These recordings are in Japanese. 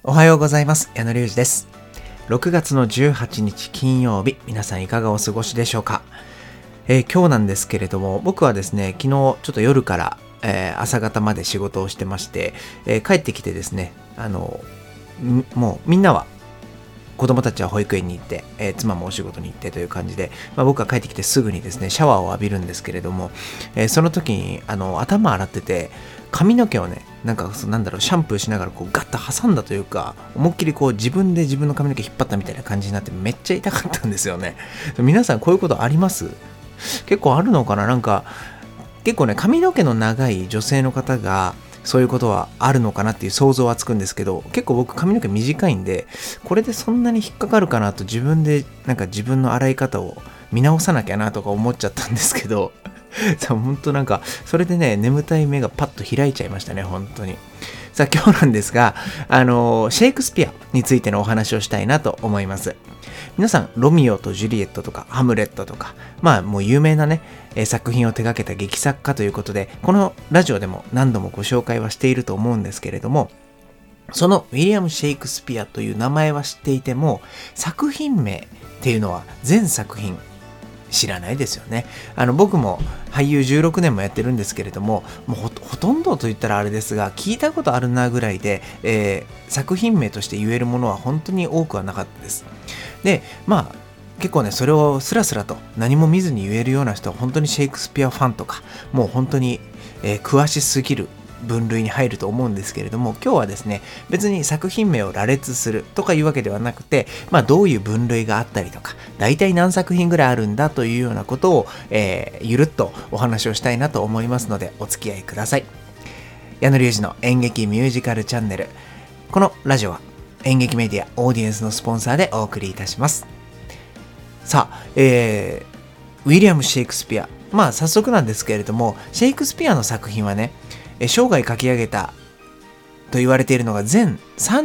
おはようございます。矢野隆二です。6月の18日金曜日、皆さんいかがお過ごしでしょうか。今日なんですけれども、僕はですね、昨日ちょっと夜から、朝方まで仕事をしてまして、帰ってきてですね、もうみんなは子供たちは保育園に行って、妻もお仕事に行ってという感じで、僕は帰ってきてすぐにですね、シャワーを浴びるんですけれども、その時に頭洗ってて、髪の毛をね、シャンプーしながらこうガッと挟んだというか、思いっきりこう自分で自分の髪の毛引っ張ったみたいな感じになってめっちゃ痛かったんですよね。皆さんこういうことあります？結構あるのかな。結構ね、髪の毛の長い女性の方がそういうことはあるのかなっていう想像はつくんですけど、結構僕髪の毛短いんで、これでそんなに引っかかるかなと自分で自分の洗い方を見直さなきゃなとか思っちゃったんですけど、本当それでね、眠たい目がパッと開いちゃいましたね、本当に。さあ今日なんですが、シェイクスピアについてのお話をしたいなと思います。皆さん、ロミオとジュリエットとかハムレットとか、もう有名なね、作品を手掛けた劇作家ということで、このラジオでも何度もご紹介はしていると思うんですけれども、そのウィリアム・シェイクスピアという名前は知っていても、作品名っていうのは全作品知らないですよね。僕も俳優16年もやってるんですけれども、もう ほとんどと言ったらあれですが、聞いたことあるなぐらいで、作品名として言えるものは本当に多くはなかったです。で、結構ね、それをスラスラと何も見ずに言えるような人は本当にシェイクスピアファンとか、もう本当に、詳しすぎる分類に入ると思うんですけれども、今日はですね、別に作品名を羅列するとかいうわけではなくて、どういう分類があったりとか、大体何作品ぐらいあるんだというようなことを、ゆるっとお話をしたいなと思いますので、お付き合いください。矢野隆二の演劇ミュージカルチャンネル。このラジオは演劇メディアオーディエンスのスポンサーでお送りいたします。さあ、ウィリアム・シェイクスピア。早速なんですけれども、シェイクスピアの作品はね、生涯書き上げたと言われているのが全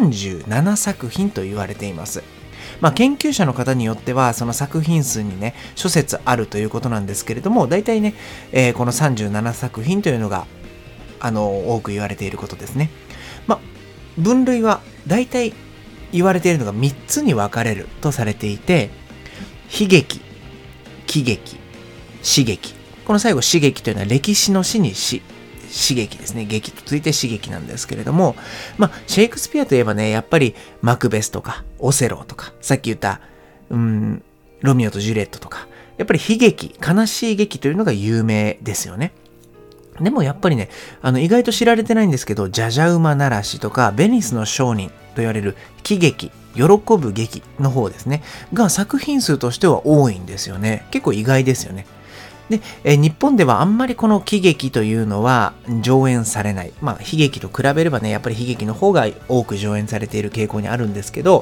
37作品と言われています。研究者の方によってはその作品数にね諸説あるということなんですけれども、大体ね、この37作品というのが多く言われていることですね。分類は大体言われているのが3つに分かれるとされていて、悲劇、喜劇、詩劇。この最後詩劇というのは歴史の詩に詩劇ですね。劇とついて詩劇なんですけれども、シェイクスピアといえばね、やっぱりマクベスとかオセロとか、さっき言ったロミオとジュリエットとか、やっぱり悲劇、悲しい劇というのが有名ですよね。でもやっぱりね、意外と知られてないんですけど、じゃじゃ馬ならしとかベニスの商人と言われる喜劇、喜ぶ劇の方ですねが作品数としては多いんですよね。結構意外ですよね。で、日本ではあんまりこの喜劇というのは上演されない。悲劇と比べればね、やっぱり悲劇の方が多く上演されている傾向にあるんですけど、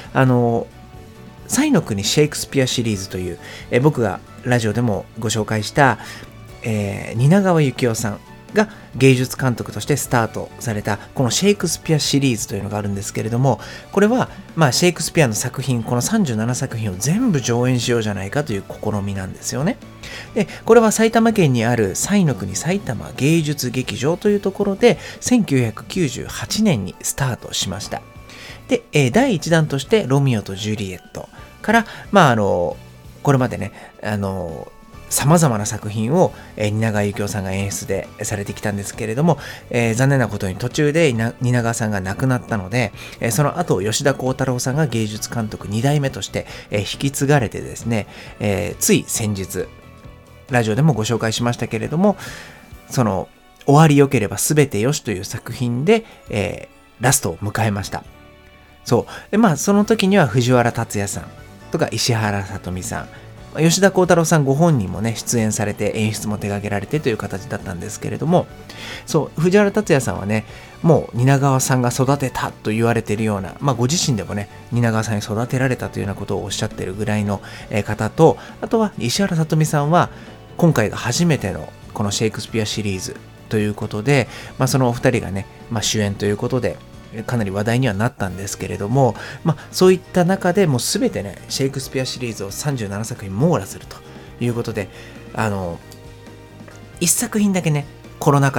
彩の国シェイクスピアシリーズという、僕がラジオでもご紹介した、蜷川幸雄さんが芸術監督としてスタートされたこのシェイクスピアシリーズというのがあるんですけれども、これはシェイクスピアの作品、この37作品を全部上演しようじゃないかという試みなんですよね。で、これは埼玉県にある彩の国埼玉芸術劇場というところで1998年にスタートしました。で、第1弾としてロミオとジュリエットから、これまでね、様々な作品を蜷川幸雄さんが演出でされてきたんですけれども、残念なことに途中で蜷川さんが亡くなったので、その後吉田鋼太郎さんが芸術監督2代目として、引き継がれてですね、つい先日ラジオでもご紹介しましたけれども、その終わりよければ全てよしという作品で、ラストを迎えました。そうで、その時には藤原竜也さんとか石原さとみさん、吉田鋼太郎さんご本人もね出演されて演出も手掛けられてという形だったんですけれども、藤原竜也さんはね、もう蜷川さんが育てたと言われているような、ご自身でもね蜷川さんに育てられたというようなことをおっしゃっているぐらいの方と、あとは石原さとみさんは今回が初めてのこのシェイクスピアシリーズということで、そのお二人がね、主演ということでかなり話題にはなったんですけれども、そういった中でもう全てねシェイクスピアシリーズを37作品網羅するということで、一作品だけねコロナ禍で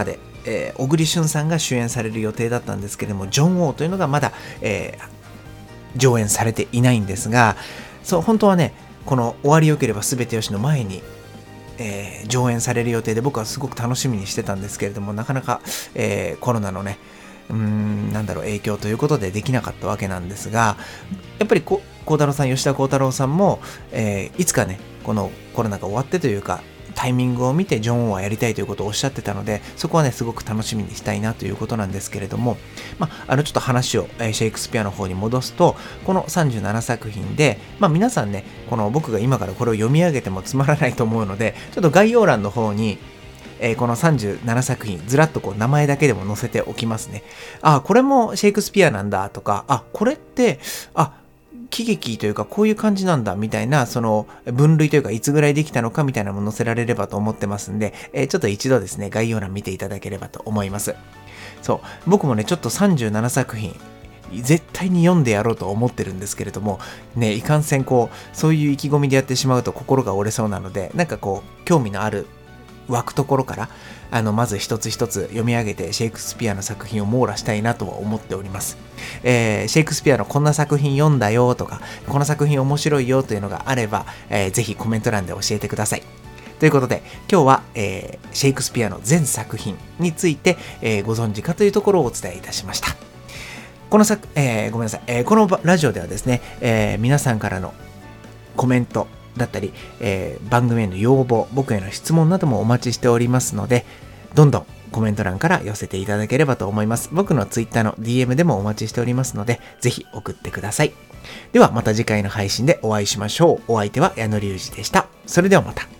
小栗旬さんが主演される予定だったんですけれども、ジョン・ウォーというのがまだ、上演されていないんですが、そう本当はね、この終わりよければ全てよしの前に、上演される予定で、僕はすごく楽しみにしてたんですけれども、なかなか、コロナのね影響ということでできなかったわけなんですが、やっぱり幸太郎さん、吉田幸太郎さんも、いつかね、このコロナが終わってというかタイミングを見てジョン・ウォーはやりたいということをおっしゃってたので、そこはねすごく楽しみにしたいなということなんですけれども、ちょっと話を、シェイクスピアの方に戻すと、この37作品で、皆さんね、この僕が今からこれを読み上げてもつまらないと思うので、ちょっと概要欄の方にこの37作品ずらっとこう名前だけでも載せておきますね。これもシェイクスピアなんだとか、これって喜劇というかこういう感じなんだみたいな、その分類というかいつぐらいできたのかみたいなのも載せられればと思ってますんで、ちょっと一度ですね概要欄見ていただければと思います。そう、僕もねちょっと37作品絶対に読んでやろうと思ってるんですけれどもね、いかんせんそういう意気込みでやってしまうと心が折れそうなので、興味のある湧くところからまず一つ一つ読み上げてシェイクスピアの作品を網羅したいなとは思っております。シェイクスピアのこんな作品読んだよとか、この作品面白いよというのがあれば、ぜひコメント欄で教えてください。ということで今日は、シェイクスピアの全作品について、ご存知かというところをお伝えいたしました。このごめんなさい、このラジオではですね、皆さんからのコメントだったり、番組への要望、僕への質問などもお待ちしておりますので、どんどんコメント欄から寄せていただければと思います。僕の Twitter の DM でもお待ちしておりますので、ぜひ送ってください。ではまた次回の配信でお会いしましょう。お相手は矢野隆二でした。それではまた。